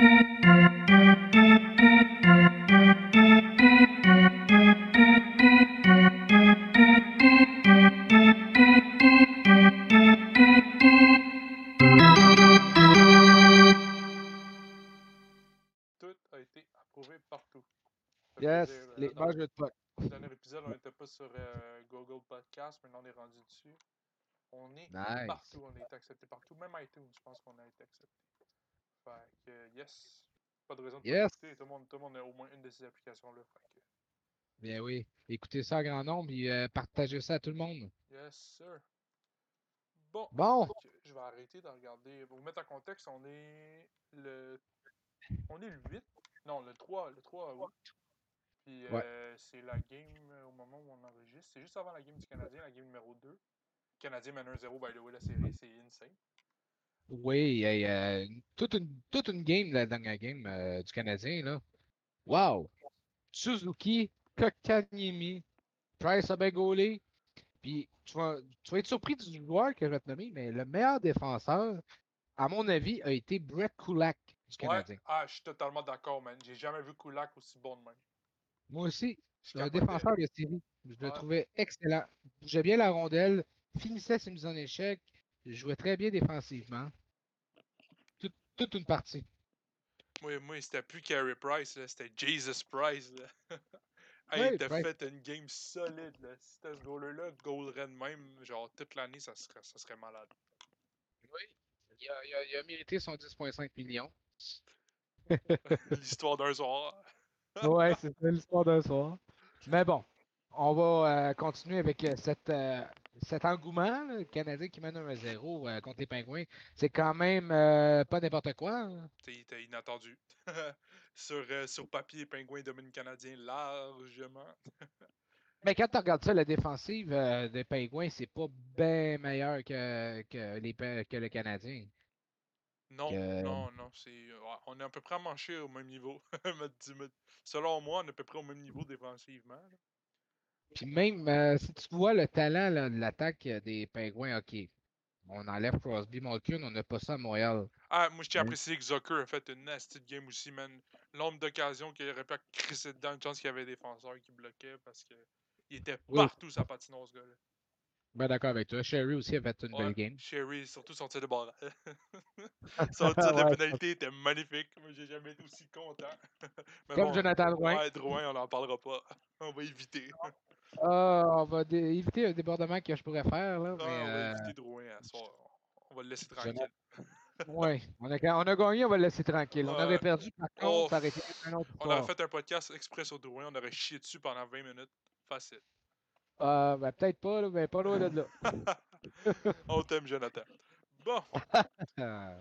Tout a été approuvé partout. Ça fait Yes, plaisir. les Dans jeux de pote. le dernier épisode, on n'était pas sur Google Podcast, maintenant on est rendu dessus. On est Nice. partout, on a été accepté partout. Même iTunes, je pense qu'on a été accepté. Fait que, yes. Pas de raison de pas Yes. l'écouter. Tout le monde a au moins une de ces applications-là. Fait que, Bien oui. Écoutez ça en grand nombre et partagez ça à tout le monde. yes, sir. Bon, Bon. fait que je vais arrêter de regarder. Pour vous mettre en contexte, on est le 8. Non, le 3 août. Puis Ouais. c'est la game au moment où on enregistre. C'est juste avant la game du Canadien, la game numéro 2. Le Canadien mène 1-0, by the way, la série, c'est insane. Oui, toute une game, la dernière game du Canadien, là. Wow! Suzuki, Kotkaniemi, Price a bien gaulé. Puis tu vas être surpris du joueur que je vais te nommer, mais le meilleur défenseur, à mon avis, a été Brett Kulak du Ouais, Canadien. je suis totalement d'accord, man. J'ai jamais vu Kulak aussi bon de même. Moi aussi, Je c'est un capotais. défenseur de série. Je le Ouais. trouvais excellent. Bougeait bien la rondelle, finissait ses mises en échec, jouait très bien défensivement. Toute une partie. Moi c'était plus Carey Price, là, c'était Jesus Price. Là. Hey, Oui, il t'a Price. fait une game solide. Là. Si c'était ce goaler-là, goalerait de même, genre toute l'année, ça serait malade. Oui. Il a mérité son 10,5 millions. L'histoire d'un soir. Ouais, c'est ça l'histoire d'un soir. Mais bon, on va continuer avec cet engouement, là, le Canadien qui mène 1-0 contre les Pingouins. C'est quand même pas n'importe quoi. Hein. C'était inattendu. sur papier, les Pingouins dominent le Canadien largement. Mais quand tu regardes ça, la défensive des Pingouins, c'est pas bien meilleur que le Canadien. Non, non, non. On est à peu près à marcher au même niveau. Selon moi, on est à peu près au même niveau défensivement. Là. Puis même, si tu vois le talent là, de l'attaque des Pingouins, OK. On enlève Crosby, Malkin, on n'a pas ça à Montréal. Moi, je tiens à Hein? préciser que Zucker a fait une nasty de game aussi, man. L'ombre d'occasion qu'il aurait pu crisser dedans, une chance qu'il y avait des défenseurs qui bloquaient parce que il était Oui, partout sa patinoire, ce gars-là. ben d'accord avec toi. Sherry aussi a fait une Ouais, belle game. Sherry, surtout son tir de barrage. Son tir de Ouais, pénalité était magnifique. Moi, j'ai jamais été aussi content. Mais comme bon, Jonathan Drouin. ouais, Drouin, on n'en parlera pas. On va éviter. On va éviter un débordement que je pourrais faire, là, mais On va éviter Drouin à soir. On va le laisser Jonathan. tranquille. Ouais, on a gagné, on va le laisser tranquille. On aurait Ouais. perdu, par contre, Oh, ça aurait été une autre on aurait histoire. fait un podcast express au Drouin, on aurait chié dessus pendant 20 minutes. Facile. Ben, peut-être pas, là, mais pas loin de là. On t'aime, Jonathan. Bon. Euh,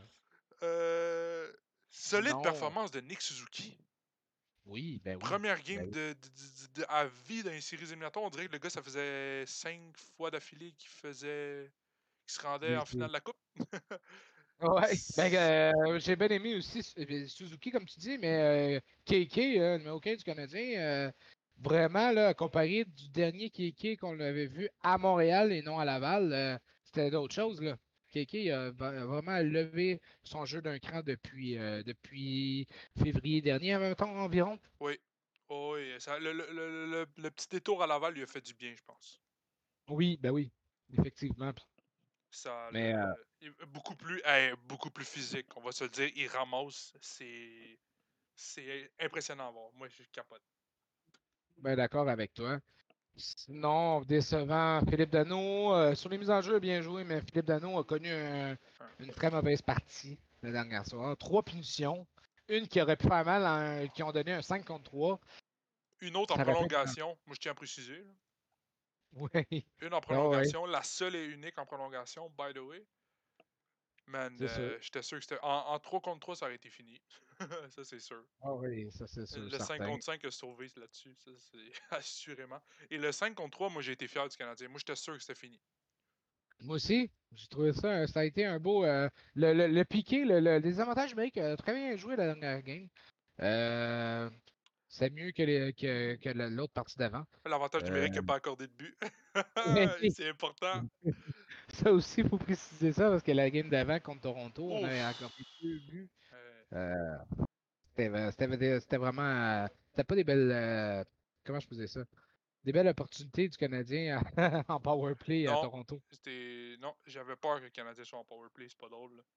Solide Sinon, performance de Nick Suzuki. oui, ben oui. Première Ben game oui. à vie dans les séries éliminatoires. On dirait que le gars, ça faisait 5 fois d'affilée qu'il se rendait en finale de la Coupe. Ouais, ben, j'ai bien aimé aussi Suzuki, comme tu dis, mais KK, numéro 15 du Canadien, vraiment, là, comparé du dernier KK qu'on avait vu à Montréal et non à Laval, c'était d'autres choses, là. KK a vraiment levé son jeu d'un cran depuis février dernier, en même temps, environ. Oui. Oh, oui. Le petit détour à Laval lui a fait du bien, je pense. Oui, ben oui, effectivement. Ça Mais il est beaucoup plus physique, on va se le dire. Il ramasse. C'est impressionnant à voir. Moi, je capote. ben d'accord avec toi. Sinon, décevant, Philippe Dano. Sur les mises en jeu, bien joué, mais Philippe Dano a connu Hein. une très mauvaise partie la dernière soir. 3 punitions. Une qui aurait pu faire mal, qui ont donné un 5 contre 3. Une autre en Ça aurait pu être... prolongation. Moi, je tiens à préciser. Là. Oui. Une en Oh, oui, prolongation. La seule et unique en prolongation, by the way. Man, c'est sûr. j'étais sûr que c'était. En 3 contre 3, ça aurait été fini. Ça, c'est sûr. Ah oui, ça c'est sûr, Le 5 certain. contre 5 a sauvé là-dessus. Ça, c'est assurément. Et le 5 contre 3, moi, j'ai été fier du Canadien. Moi, j'étais sûr que c'était fini. Moi aussi, j'ai trouvé ça, ça a été un beau... le piqué, le désavantage numérique a très bien joué la dernière game. C'est mieux que l'autre partie d'avant. L'avantage Euh, numérique n'a pas accordé de but. oui. C'est important. Ça aussi, il faut préciser ça parce que la game d'avant contre Toronto, on avait Ouf. accordé 2 buts. Euh, Euh, C'était vraiment. C'était pas des belles. Comment je faisais ça? Des belles opportunités du Canadien en power play à Non, Toronto. non, j'avais peur que le Canadien soit en powerplay, c'est pas drôle. Là.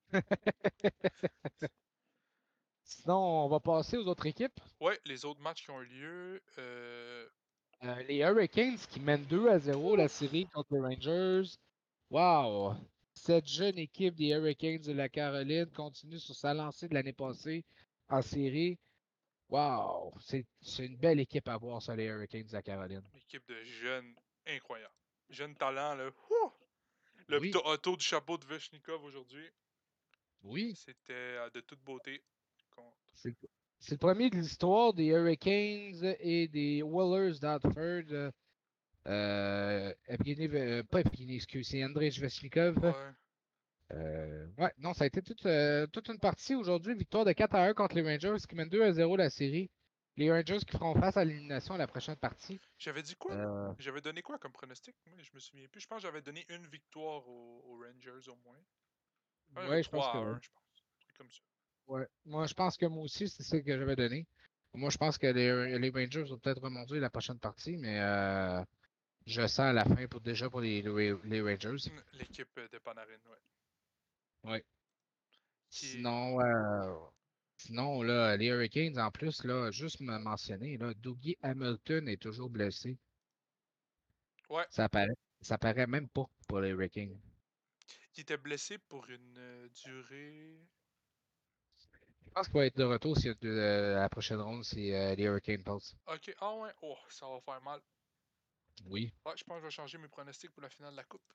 Sinon, on va passer aux autres équipes. Ouais, les autres matchs qui ont eu lieu. Les Hurricanes qui mènent 2-0 la série contre les Rangers. Wow! Cette jeune équipe des Hurricanes de la Caroline continue sur sa lancée de l'année passée en série. Wow! C'est une belle équipe à voir, ça, les Hurricanes de la Caroline. Équipe de jeunes incroyables. Jeunes talents, là. Ouh! Le Oui, auto du chapeau de Veshnikov aujourd'hui, oui. c'était de toute beauté. C'est c'est le premier de l'histoire des Hurricanes et des Oilers d'Hartford. Pas Evgeny, excuse, c'est Andrei Svechnikov. Ouais. Ouais, non, ça a été toute une partie aujourd'hui. Victoire de 4-1 contre les Rangers qui mènent 2-0 la série. Les Rangers qui feront face à l'élimination à la prochaine partie. J'avais dit quoi? Euh, J'avais donné quoi comme pronostic? Moi, je me souviens plus. Je pense que j'avais donné une victoire aux Rangers au moins. J'avais ouais, je pense 3 que à oui. 1, je pense. Un truc comme ça. Ouais. Moi, je pense que moi aussi, c'est ça que j'avais donné. Moi, je pense que les Rangers vont peut-être remonter la prochaine partie, mais je sens la fin déjà pour les Rangers. L'équipe de Panarin, ouais. Ouais. Qui... Sinon, là, les Hurricanes, en plus, là, juste me mentionner, là, Dougie Hamilton est toujours blessé. Ouais. Ça paraît même pas pour les Hurricanes. Qui était blessé pour une durée. Je pense qu'il va être de retour si la prochaine ronde, c'est les Hurricane Pulse. Ok, ah ouais. Oh, ça va faire mal. Oui. Ouais, je pense que je vais changer mes pronostics pour la finale de la Coupe.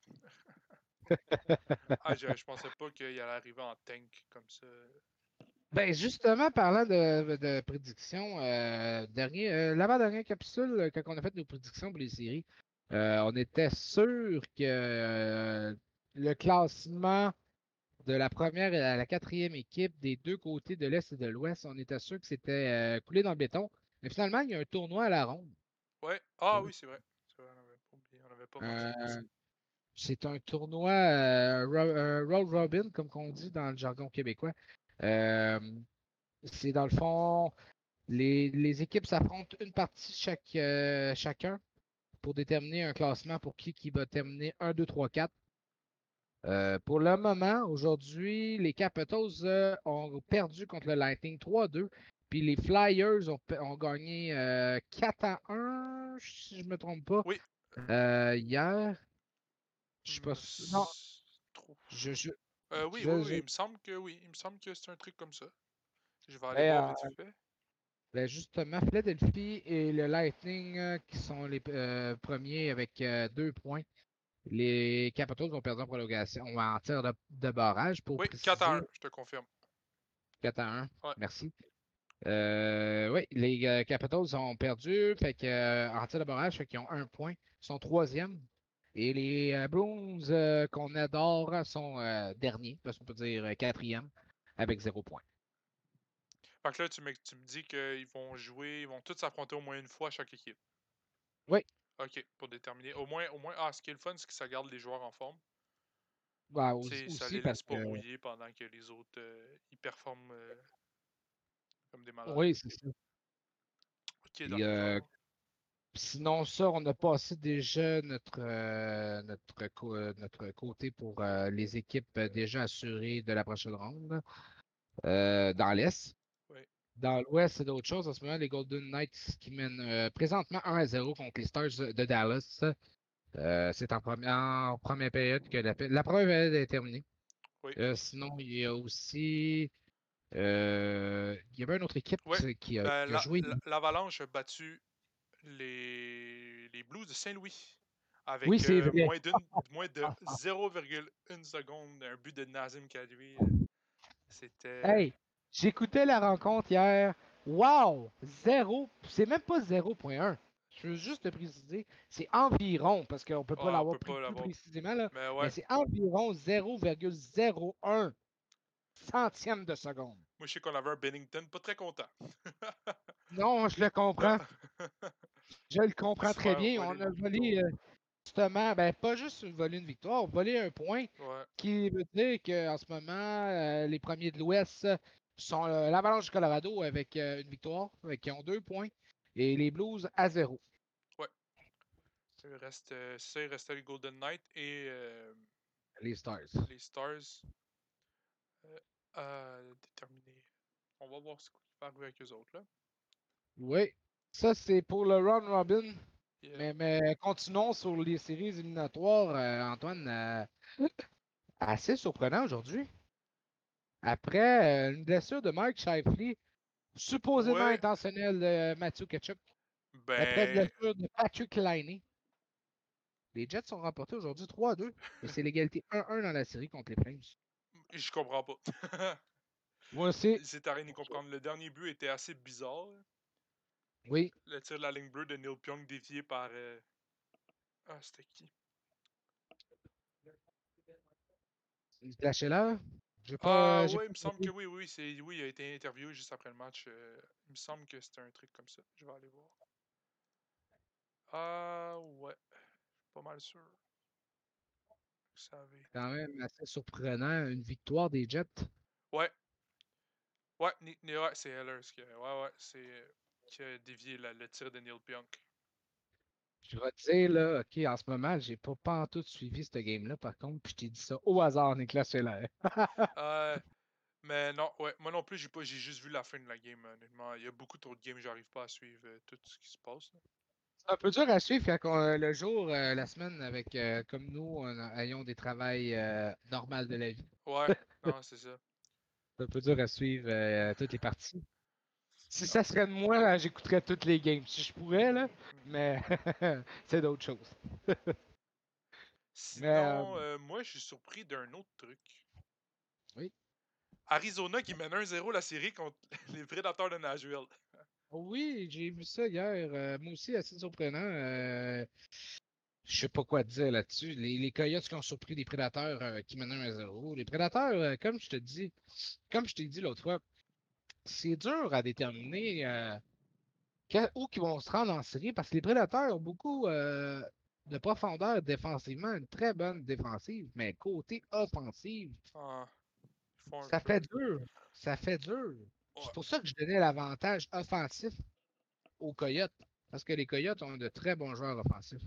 Ah, je pensais pas qu'il allait arriver en tank comme ça. Ben justement, parlant de prédictions, l'avant-dernière capsule, quand on a fait nos prédictions pour les séries, on était sûr que le classement de la première et la quatrième équipe des deux côtés de l'Est et de l'Ouest, on était sûr que c'était coulé dans le béton. Mais finalement, il y a un tournoi à la ronde. Ouais. Ah oui, c'est vrai. C'est vrai, on n'avait pas oublié. On n'avait pas mentionné ça. Euh, c'est un tournoi round robin, comme on dit dans le jargon québécois. Euh, c'est dans le fond, les équipes s'affrontent une partie chacun pour déterminer un classement pour qui va terminer 1, 2, 3, 4. Pour le moment, aujourd'hui, les Capitals ont perdu contre le Lightning 3-2. Puis les Flyers ont gagné 4-1, si je ne me trompe pas, Oui. hier. Je suis pas Me sûr. Non, Trop. je, je, Oui, je, oui, je- oui. Il me semble que oui. Il me semble que c'est un truc comme ça. Je vais aller ben, voir vite fait. justement, Philadelphie et le Lightning qui sont les premiers avec 2 points. Les Capitals vont perdre en prolongation ou en tir de barrage pour Oui, 4 à préciser 1, je te confirme. 4-1. Ouais. Merci. Oui, les Capitals ont perdu, fait que, en tir de barrage, fait qu'ils ont 1 point. Ils sont troisième. Et les Bruins qu'on adore sont derniers, parce qu'on peut dire quatrième, avec 0 point. Fait que là, tu me dis qu'ils vont jouer, ils vont tous s'affronter au moins une fois chaque équipe. Oui, Ok, pour déterminer. Au moins, ce qui est le fun, c'est que ça garde les joueurs en forme. bah, Tu sais, ça aussi les parce laisse que, pas rouiller pendant que les autres, ils performent comme des malades. oui, c'est ça. Ok, Et, d'accord. sinon, ça, on a passé déjà notre côté pour les équipes déjà assurées de la prochaine ronde dans l'Est. Oui. Dans l'Ouest, c'est d'autres choses. En ce moment, les Golden Knights qui mènent présentement 1-0 contre les Stars de Dallas. C'est en première période que la première période est terminée. Oui. Sinon, il y a aussi. Il y avait une autre équipe Ouais. Ben, qui a joué. l'Avalanche a battu les Blues de Saint-Louis Oui, avec c'est vrai. moins de 0,1 seconde. Un but de Nazem Kadri. C'était. Hey, j'écoutais la rencontre hier. Wow! Zéro. C'est même pas 0,1. Je veux juste te préciser, c'est environ, parce qu'on peut pas Ah, on l'avoir peut pris pas plus l'avoir. précisément, là, Mais mais ouais. c'est environ 0,01 centième de seconde. Moi, je sais qu'on avait un Bennington pas très content. Non, je le comprends. Je le comprends Se très faire bien. voler On une a volé, victoire. justement, ben, pas juste voler une victoire, voler un point, Ouais. qui veut dire qu'en ce moment, les premiers de l'Ouest sont l'Avalanche du Colorado avec une victoire, qui ont 2 points, et les Blues à 0. Ouais. Il restait le Golden Knight et Les Stars. les Stars à déterminer. On va voir ce qui va arriver avec eux autres, là. Oui, ça c'est pour le round robin. Yeah. Mais continuons sur les séries éliminatoires, Antoine. Assez surprenant aujourd'hui. Après une blessure de Mark Scheifele, supposément Ouais, intentionnelle de Matthew Tkachuk, après une ben, blessure de Patrick Laine, les Jets sont remportés aujourd'hui 3-2 et c'est l'égalité 1-1 dans la série contre les Flames. je comprends pas. Moi aussi, C'est à rien d'y comprendre. Le dernier but était assez bizarre. oui, Le tir de la ligne bleue de Neil Pionk dévié par. Ah, c'était qui? Lâchez-là. Ah, J'ai ouais, il pas me semble que compris. oui, oui, il a été interviewé juste après le match. Il me semble que c'était un truc comme ça. Je vais aller voir. Ah, ouais, pas mal sûr. Ça avait Quand été. même assez surprenant, une victoire des Jets. Ouais, ouais, c'est Hellers qui a dévié le tir de Neil Pionk. Je vais te dire, là, OK, en ce moment, j'ai pas pantoute suivi ce game-là, par contre, puis je t'ai dit ça au hasard, Nicolas Scheller. Euh, mais non, ouais, moi non plus, j'ai juste vu la fin de la game, honnêtement. Il y a beaucoup trop de games, j'arrive pas à suivre tout ce qui se passe, là. C'est un peu dur à suivre quand le jour, la semaine, avec comme nous, ayons des travails normaux de la vie. Ouais, non, c'est ça. C'est un peu dur à suivre toutes les parties. Si Non. ça serait de moi, là, j'écouterais toutes les games. Si je pourrais, là, Mhm. mais c'est d'autres choses. Mais Sinon, moi, je suis surpris d'un autre truc. oui. Arizona qui mène 1-0 la série contre les Prédateurs de Nashville. Oui, j'ai vu ça hier. Moi aussi, assez surprenant. Je sais pas quoi te dire là-dessus. Les Coyotes qui ont surpris des Prédateurs qui menaient 1-0. Les Prédateurs, comme je t'ai dit l'autre fois, c'est dur à déterminer où qu'ils vont se rendre en série parce que les Prédateurs ont beaucoup de profondeur défensivement, une très bonne défensive, mais côté offensive, Ah, ils font un ça peu. fait dur. Ça fait dur. Ouais, C'est pour ça que je donnais l'avantage offensif aux Coyotes, parce que les Coyotes ont de très bons joueurs offensifs.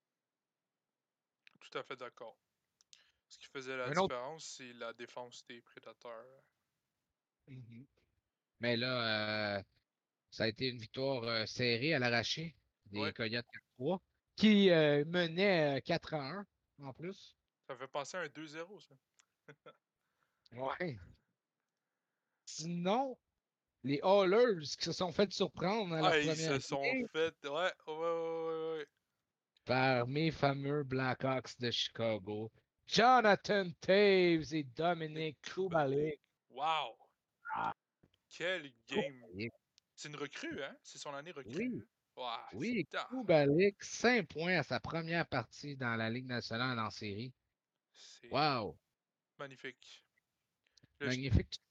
tout à fait d'accord. Ce qui faisait la Un autre. différence, c'est la défense des Prédateurs. Mhm. Mais là, ça a été une victoire serrée à l'arraché des Ouais, Coyotes 4-3, qui menaient 4-1 en plus. ça fait penser à un 2-0, ça. Ouais. Sinon, les Oilers qui se sont fait surprendre dans leur Ah, ils première se sont game fait. Ouais. par mes fameux Blackhawks de Chicago, Jonathan Taves et Et Dominic Kubalik. Kubalik. Wow! Ah, Quel game! Kubalik. C'est une recrue, hein? C'est son année recrue, Oui, hein? Wow, oui, ta- Kubalik, 5 points à sa première partie dans la Ligue nationale en série. c'est Wow, magnifique. Là, magnifique.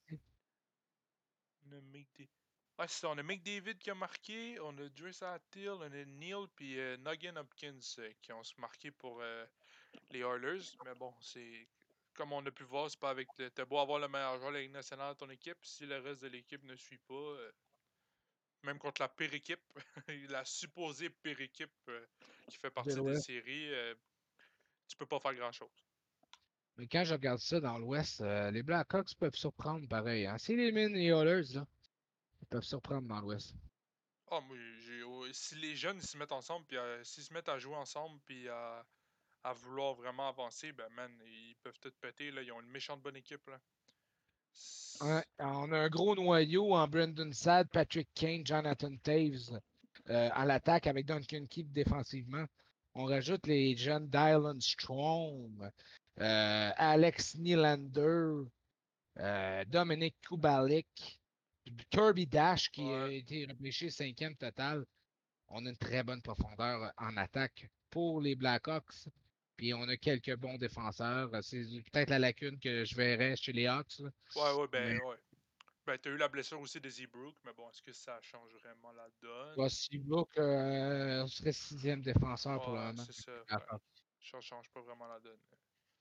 on a Ouais, c'est ça. On a McDavid qui a marqué, on a Drissa Till, on a Neil, puis Nugent Hopkins qui ont se marqué pour les Oilers. Mais bon, c'est comme on a pu voir, c'est pas avec le. T'as beau avoir le meilleur joueur de la Ligue nationale dans ton équipe, si le reste de l'équipe ne suit pas, même contre la pire équipe, la supposée pire équipe qui fait De partie des l'Ouest. séries, tu peux pas faire grand-chose. Mais quand je regarde ça dans l'Ouest, les Blackhawks peuvent surprendre pareil. Hein. S'ils éliminent les Oilers, là, ils peuvent surprendre dans l'Ouest. Ah, moi, si les jeunes se mettent ensemble, puis s'ils se mettent à jouer ensemble, puis à vouloir vraiment avancer, ben man, ils peuvent tout péter, là. Ils ont une méchante bonne équipe, là. Ouais, on a un gros noyau en Brendan Saad, Patrick Kane, Jonathan Taves à l'attaque avec Duncan Keith défensivement. On rajoute les jeunes Dylan Strome, Alex Nylander, Dominic Kubalik, Kirby Dash qui Ouais, a été repêché 5e total. On a une très bonne profondeur en attaque pour les Blackhawks. Puis on a quelques bons défenseurs. C'est peut-être la lacune que je verrais chez les Hawks. Là. Mais ouais. Ben, t'as eu la blessure aussi de Z-Brook, mais bon, est-ce que ça change vraiment la donne? possible que ce serait 6e défenseur pour le Ouais, moment. c'est ça. Fait, Blackhawks. ça change pas vraiment la donne.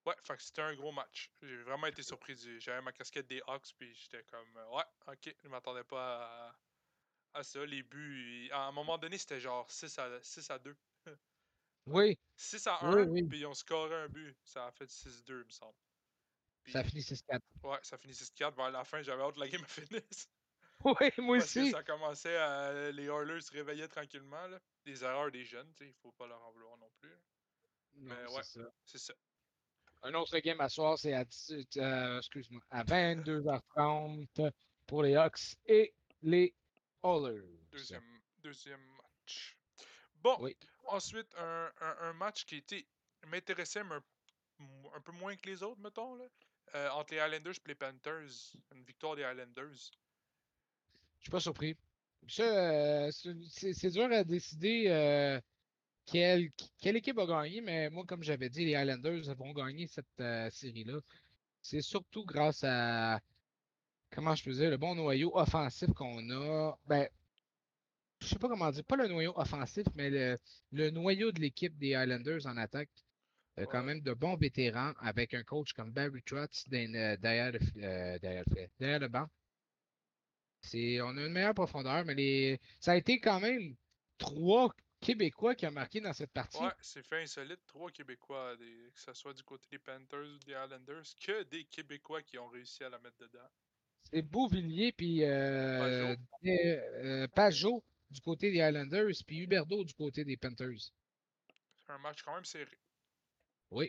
Ouais, fait que c'était un gros match. J'ai vraiment été surpris. J'avais ma casquette des Hawks, puis j'étais comme, ouais, ok, je m'attendais pas à ça. Les buts, à un moment donné, c'était genre 6-2. Ouais. Oui, 6 à oui, 1, oui. puis ils ont scoré un but. Ça a fait 6-2, il me semble. Ça Puis, finit 6-4. ouais, ça finit 6-4. Vers la fin, j'avais hâte que la game finisse. Oui, moi Parce que aussi. ça commençait à. Les Oilers se réveillaient tranquillement, là. Des erreurs des jeunes, tu sais, il faut pas leur en vouloir non plus. Non, Mais c'est ouais, ça. c'est ça. Un autre game à soir, c'est à 18, excuse-moi, à 22h30 pour les Hawks et les Oilers. Deuxième match. Bon, Oui. ensuite, un match qui était m'intéressait, mais un peu moins que les autres, mettons, là. Entre les Highlanders et les Panthers. Une victoire des Highlanders. Je suis pas surpris. Ça, c'est dur à décider quelle, quelle équipe a gagné, mais moi, comme j'avais dit, les Highlanders vont gagner cette série-là. C'est surtout grâce à, comment je peux dire, le bon noyau offensif qu'on a. Ben, je sais pas comment dire, pas le noyau offensif, mais le noyau de l'équipe des Highlanders en attaque. Quand Ouais. même de bons vétérans avec un coach comme Barry Trotz derrière le banc. On a une meilleure profondeur, mais ça a été quand même 3 Québécois qui ont marqué dans cette Ouais, partie. c'est fait insolite. 3 Québécois, que ce soit du côté des Panthers ou des Highlanders, que des Québécois qui ont réussi à la mettre dedans. C'est Beauvillier puis Pajot, Pajot du côté des Highlanders puis Huberdeau du côté des Panthers. c'est un match quand même serré. Oui.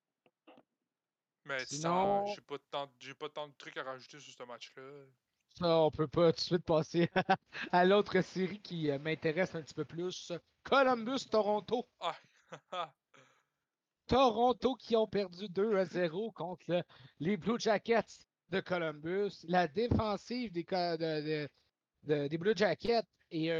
Mais Sinon, j'ai pas tant de trucs à rajouter sur ce match-là. ça, on peut pas tout de suite passer à l'autre série qui m'intéresse un petit peu plus. Columbus-Toronto. Ah, Toronto qui ont perdu 2-0 contre les Blue Jackets de Columbus. La défensive des Blue Jackets et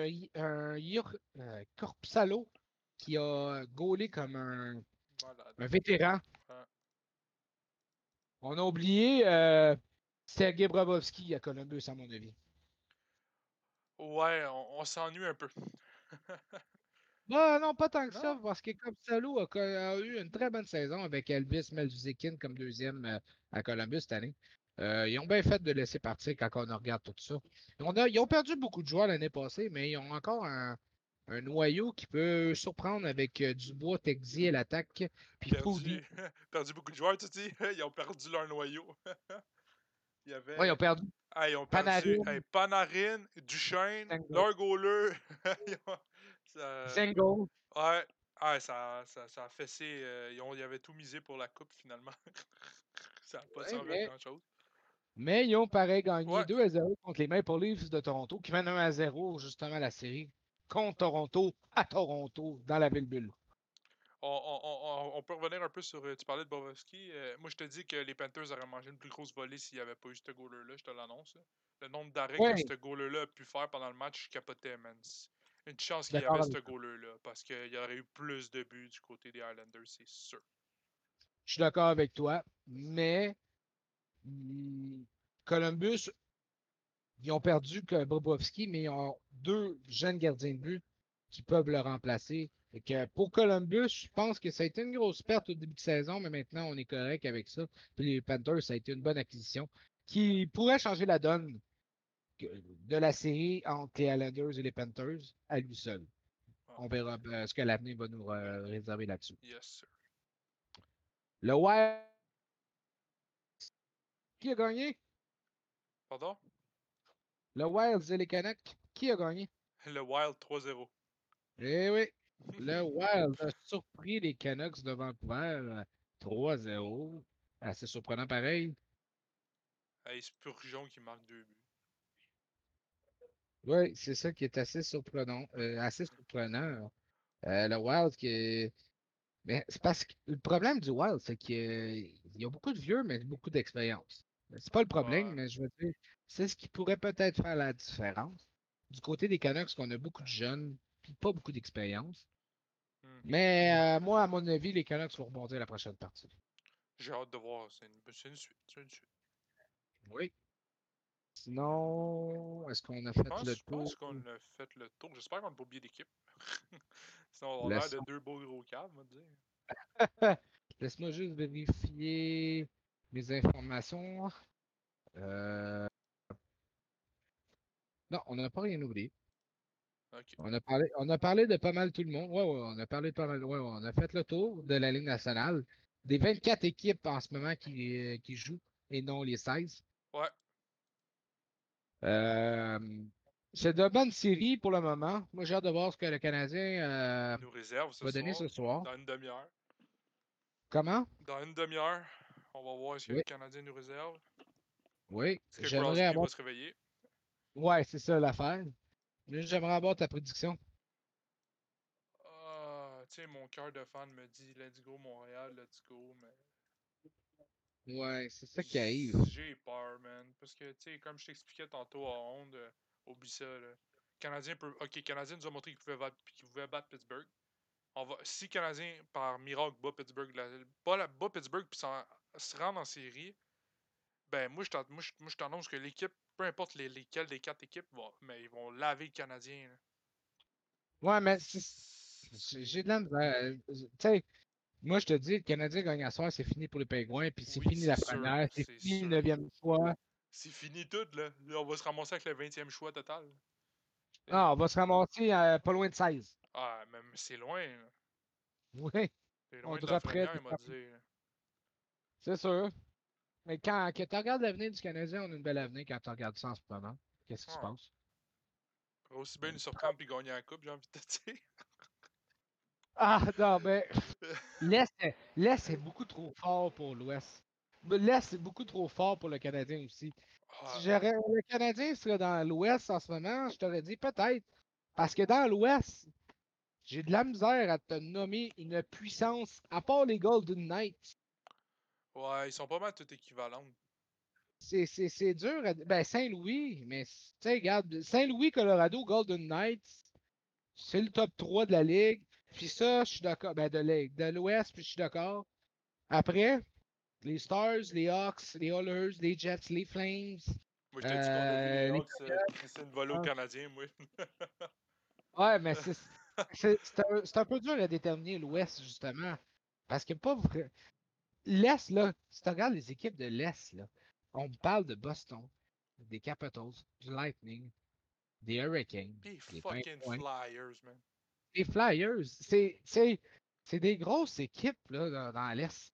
Corpsalo qui a gaulé comme malade. un vétéran. Ouais, On a oublié Sergei Brabovski à Columbus, à mon avis. ouais, on s'ennuie un peu. Bah, non, pas tant que ça, Non? parce que Corpsalo a eu une très bonne saison avec Elvis Melzuzikin comme deuxième à Columbus cette année. Ils ont bien fait de laisser partir quand on regarde tout ça. Ils ont perdu beaucoup de joueurs l'année passée, mais ils ont encore un noyau qui peut surprendre avec Dubois, Texier à l'attaque, puis Poudy. Perdu, perdu beaucoup de joueurs, tu dis. Ils ont perdu leur noyau. Il y Ouais, ils ont avait. perdu Ah, ils ont perdu Panarin, Panarin, Duchesne, Zengo, leur goaler. Ça- Zengo. Ouais, ah, ça a fessé. Ils avaient tout misé pour la coupe finalement. Ça n'a pas Ouais, servi à grand-chose. mais ils ont pareil gagné Ouais, 2-0 contre les Maple Leafs de Toronto, qui mènent 1-0 justement la série contre Toronto à Toronto dans la ville bulle. on peut revenir un peu sur. Tu parlais de Bobrovski. Moi, je te dis que les Panthers auraient mangé une plus grosse volée s'il n'y avait pas eu ce goaler-là, je te l'annonce, là. Le nombre d'arrêts que Oui, ce goaler-là a pu faire pendant le match, je capotais, man. Une chance qu'il y d'accord avait avec ce toi. goaler-là, parce qu'il y aurait eu plus de buts du côté des Highlanders, c'est sûr. Je suis d'accord avec toi, mais mm, Columbus, ils ont perdu que Bobrovski, mais ils ont 2 jeunes gardiens de but qui peuvent le remplacer. Et que pour Columbus, je pense que ça a été une grosse perte au début de saison, mais maintenant on est correct avec ça. Puis les Panthers, ça a été une bonne acquisition qui pourrait changer la donne de la série entre les Islanders et les Panthers à lui seul. Ah, On verra ce que l'avenir va nous réserver là-dessus. yes, sir. Le Wild, qui a gagné? Pardon? Le Wild et les Canucks, qui a gagné? Le Wild 3-0. Eh oui, le Wild a surpris les Canucks de Vancouver 3-0. Assez surprenant pareil. Hey, Spurgeon qui marque 2 buts. Oui, c'est ça qui est assez surprenant. Assez surprenant. Le Wild qui. Mais c'est parce que le problème du Wild, c'est qu'il y a beaucoup de vieux, mais beaucoup d'expérience. C'est pas le problème, Ouais. mais je veux dire, c'est ce qui pourrait peut-être faire la différence. Du côté des Canucks, qu'on a beaucoup de jeunes, puis pas beaucoup d'expérience. Hmm. Mais moi, à mon avis, les Canucks vont rebondir à la prochaine partie. J'ai hâte de voir. C'est une suite. C'est une suite. Oui. Sinon, est-ce qu'on a fait le Je tour? pense qu'on a fait le tour. J'espère qu'on n'a pas oublié d'équipe. Sinon, on a l'air de Laissons. deux beaux gros caves, on va dire. Laisse-moi juste vérifier mes informations. Euh, Non, on n'a pas rien oublié. Ok. On a parlé de pas mal tout le monde. Ouais, ouais, on a parlé de pas mal. Ouais, ouais, on a fait le tour de la Ligue nationale. Des 24 équipes en ce moment qui jouent et non les 16. Ouais. Euh, c'est de bonnes séries pour le moment. Moi, j'ai hâte de voir ce que le Canadien Nous réserve ce va donner soir, ce soir. dans une demi-heure. Comment? Dans une demi-heure, on va voir ce que le Oui, Canadien nous réserve. oui. Est-ce que J'aimerais Crosby avoir. va se réveiller? Ouais, c'est ça l'affaire. J'aimerais avoir ta prédiction. Ah, tu sais, mon cœur de fan me dit Let's go Montréal, let's go, mais Ouais, c'est ça qui arrive. j'ai peur, man. Parce que, tu sais, comme je t'expliquais tantôt à Honde, oublie ça, là. Canadien peut. Ok, Canadien nous a montré qu'il pouvait battre Pittsburgh. Si Canadien, par miracle, bat Pittsburgh, bat Pittsburgh puis se rend en série, ben, moi, je t'annonce que l'équipe, peu importe lesquelles des quatre équipes, mais ils vont laver le Canadien, là. Ouais, mais j'ai C'est. de la misère. Tu sais, moi, je te dis, le Canadien gagne à soir, c'est fini pour les Pingouins, puis c'est Oui, fini c'est la sûr. première, c'est C'est fini le sûr. 9e choix. C'est fini tout, là. Là, on va se ramasser avec le 20e choix total. Ah, Et- on va se ramasser pas loin de 16. Ah, même c'est loin, là. Oui, C'est on loin de la devrait près première, de il m'a ça. dit, là. C'est sûr. Mais quand que tu regardes l'avenir du Canadien, on a une belle avenir quand tu regardes ça en ce moment. Qu'est-ce qui se Ah. passe? Pourrait aussi bien nous surprendre puis gagner la coupe, j'ai envie de te dire. Ah, non, mais l'Est, l'Est est beaucoup trop fort pour l'Ouest. L'Est est beaucoup trop fort pour le Canadien aussi. Si Ah, le Canadien serait dans l'Ouest en ce moment, je t'aurais dit peut-être. Parce que dans l'Ouest, j'ai de la misère à te nommer une puissance, à part les Golden Knights. ouais, ils sont pas mal toutes équivalentes. C'est dur. Ben, Saint-Louis, mais tu sais, regarde, Saint-Louis, Colorado, Golden Knights, c'est le top 3 de la Ligue. Puis ça, je suis d'accord. Ben, de l'Ouest, puis je suis d'accord. Après, les Stars, les Hawks, les Oilers, les Jets, les Flames, Moi, je t'ai dit qu'on a vu les les Hawks crisser une volée aux Canucks. Canadiens, moi. Ouais, mais c'est un peu dur à déterminer l'Ouest, justement. Parce que pas vrai. L'Est, là, si tu regardes les équipes de l'Est, là, on me parle de Boston, des Capitals, du Lightning, des Hurricanes, Pis des fucking Pingouins, Flyers, man. des Flyers. C'est des grosses équipes là, dans l'Est.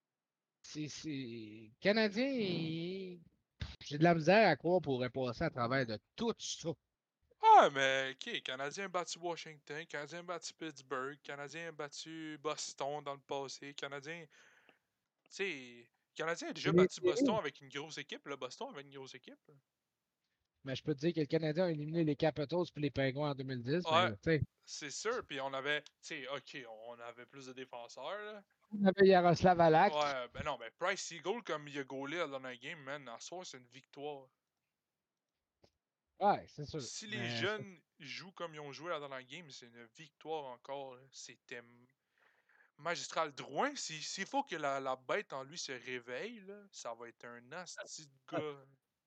Canadiens, j'ai de la misère à croire pourrait passer à travers de tout ça. Ah, mais ok, Canadien battu Washington, Canadien battu Pittsburgh, Canadien battu Boston dans le passé, Canadien. Tu sais, Canadien a déjà Les battu Boston séries, avec une grosse équipe, là. Boston avec une grosse équipe, là. mais je peux te dire que le Canadien a éliminé les Capitals puis les Penguins en 2010, mais Ouais, tu sais, c'est sûr. Puis on avait, tu sais, ok, on avait plus de défenseurs, là. on avait Yaroslav Alak. Ouais, ben non, mais Price Seagull, comme il a gaulé dans un game, man, en soi, c'est une victoire. Ouais, c'est sûr. Si les Mais jeunes jouent comme ils ont joué dans la game, c'est une victoire encore, là. C'était magistral. Drouin, s'il faut que la bête en lui se réveille, là, ça va être un asti de gars.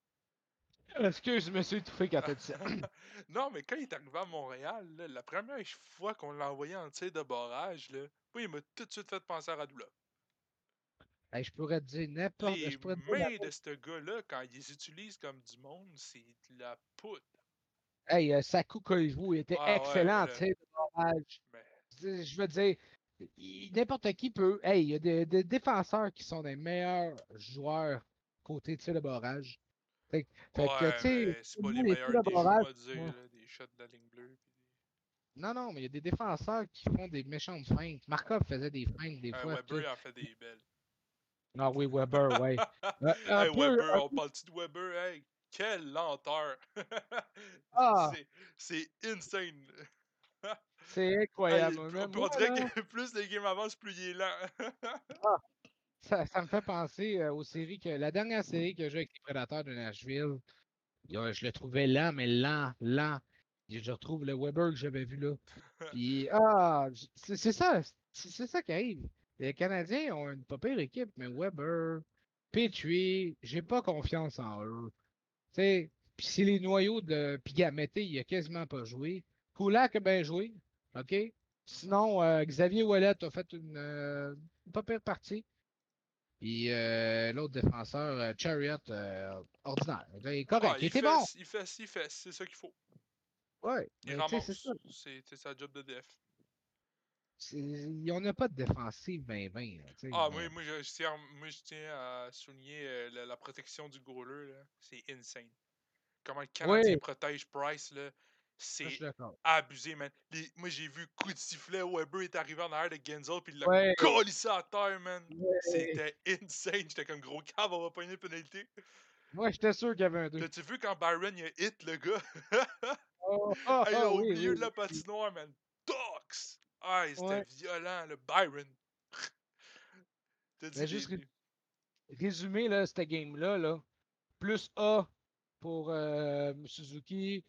excuse, je me suis étouffé quand t'as dit ça. Non, mais quand il est arrivé à Montréal, là, la première fois qu'on l'a envoyé en tir de barrage, là, moi, il m'a tout de suite fait penser à Radula. Hey, je pourrais te dire n'importe. Les Je pourrais te dire mains de ce gars-là, quand ils les utilisent comme du monde, c'est de la poudre. hey, Saku Koivu était Ah ouais, mais excellent, tu là, sais, de barrage. mais, Je veux dire, n'importe qui peut. Hey, il y a des défenseurs qui sont des meilleurs joueurs côté tir de barrage. Fait que, tu ouais, sais, mais c'est pas les les tirs meilleurs de qui jouent, barrage, moi, dire, moi, là, des shots de la ligne bleue. non, non, mais il y a des défenseurs qui font des méchantes feintes. Markov faisait des feintes des fois. Weber, il en fait des belles. Ah oui, Weber, ouais. Un Hey, peu, Weber, on parle-tu de Weber? Hey, quelle lenteur! ah, C'est insane! c'est Hey, incroyable. Même on moi, dirait là, que plus les games avancent, plus il est lent. ah, ça me fait penser aux séries que. La dernière série que j'ai joué avec les Prédateurs de Nashville, je le trouvais lent, mais lent, lent. Et je retrouve le Weber que j'avais vu là. Puis, c'est ça. C'est ça qui arrive. Les Canadiens ont une pas pire équipe, mais Weber, Petrie, j'ai pas confiance en eux. Tu sais, puis c'est les noyaux de Pigametté, il a quasiment pas joué. Kulak a bien joué, OK? Mhm. Sinon, Xavier Ouellet a fait une pas pire partie. Puis l'autre défenseur, Chariot, ordinaire. Il est Ah, correct. Il était bon. il fait, c'est ça qu'il faut. Ouais, Il mais tu sais, c'est ça. ramasse. C'est sa job de def. On n'a pas de défensive ben, là, tu sais, Ah, mais... je tiens à souligner la protection du goaler, là. C'est insane. Comment le Canadien Oui, protège Price, là, ça, je suis c'est d'accord. abusé, man. Moi, j'ai vu coup de sifflet, Weber est arrivé en arrière de Genzel, puis il l'a Ouais, collissé à terre, man. ouais. C'était insane. J'étais comme gros cave, on va pas une pénalité. Moi, j'étais sûr qu'il y avait un 2. T'as-tu vu quand Byron il a hit le gars? Oh, oh, Hey, oh, au oui, milieu oui, de la oui. patinoire, man. Tox! Ah, c'était Ouais. violent, le Byron. T'as dit Mais juste résumer là, cette game-là, là, plus A pour Suzuki,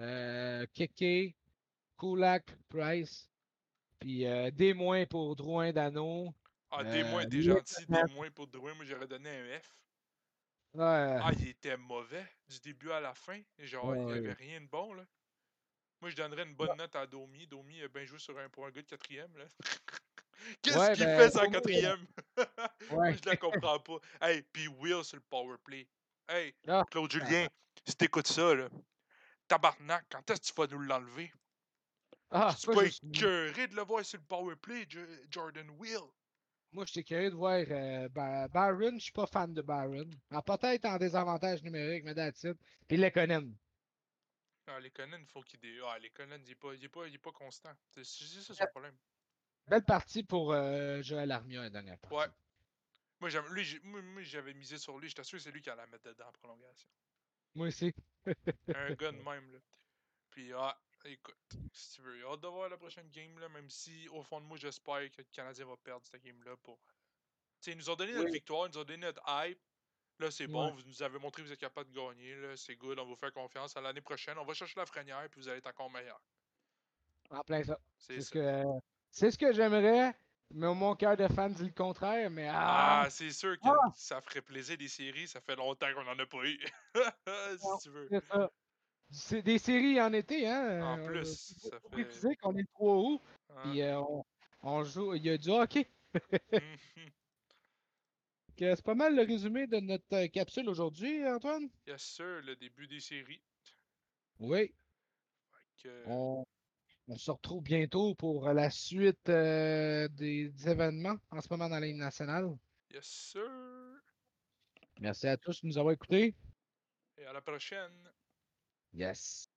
Keke, Kulak, Price, puis D- pour Drouin, Dano. Ah, D- était gentil, D- Lehkonen, pour Drouin, moi j'aurais donné un F. ouais, Ah, il était mauvais du début à la fin. Genre, il y avait ouais, rien de bon, là. Moi, je donnerais une bonne note à Domi. Domi a bien joué pour un gars de quatrième, là. Qu'est-ce ouais, qu'il ben, fait sa quatrième? Moi, ouais. je la comprends pas. Hey, puis Will sur le power play. Hey, Ah, Claude ah, Julien, si t'écoutes ça, là, tabarnak, quand est-ce que tu vas nous l'enlever? ah, Tu pas pas juste. écœuré de le voir sur le power play, Jordan Will? Moi, j'étais curieux de voir Byron. Je suis pas fan de Byron. Ah, peut-être en désavantage numérique, mais that's it. Puis Lekonen. Ah, les Conan, il faut qu'il Ah, les Conan, il est pas constant. C'est ça son problème. Belle partie pour Joël Armia, la dernière Ouais. partie. Moi, j'avais misé sur lui. J'étais sûr que c'est lui qui allait la mettre dedans en prolongation. Moi aussi. Un gars de même, là. Puis, écoute, si tu veux, j'ai hâte de voir la prochaine game, là, même si, au fond de moi, j'espère que le Canadien va perdre cette game-là pour... Tu sais, ils nous ont donné notre Oui, victoire, ils nous ont donné notre hype. Là, c'est bon, ouais, vous nous avez montré que vous êtes capable de gagner, là, c'est good, on vous fait confiance. À l'année prochaine, on va chercher la frenière, puis vous allez être encore meilleur. en plein ça. C'est ça. C'est ce que j'aimerais, mais mon cœur de fan dit le contraire, mais Ah, c'est sûr que ah, ça ferait plaisir des séries, ça fait longtemps qu'on en a pas eu. Si non, tu veux. c'est ça. C'est des séries en été, En hein. plus, ça Faut fait. préciser qu'on est le 3 août, Hein? puis on joue, il y a du hockey. Mhm. C'est pas mal le résumé de notre capsule aujourd'hui, Antoine. Yes, sir, le début des séries. Oui, Fait que, on, on se retrouve bientôt pour la suite des événements en ce moment dans la Ligue nationale. yes, sir. Merci à tous de nous avoir écoutés. Et à la prochaine. Yes.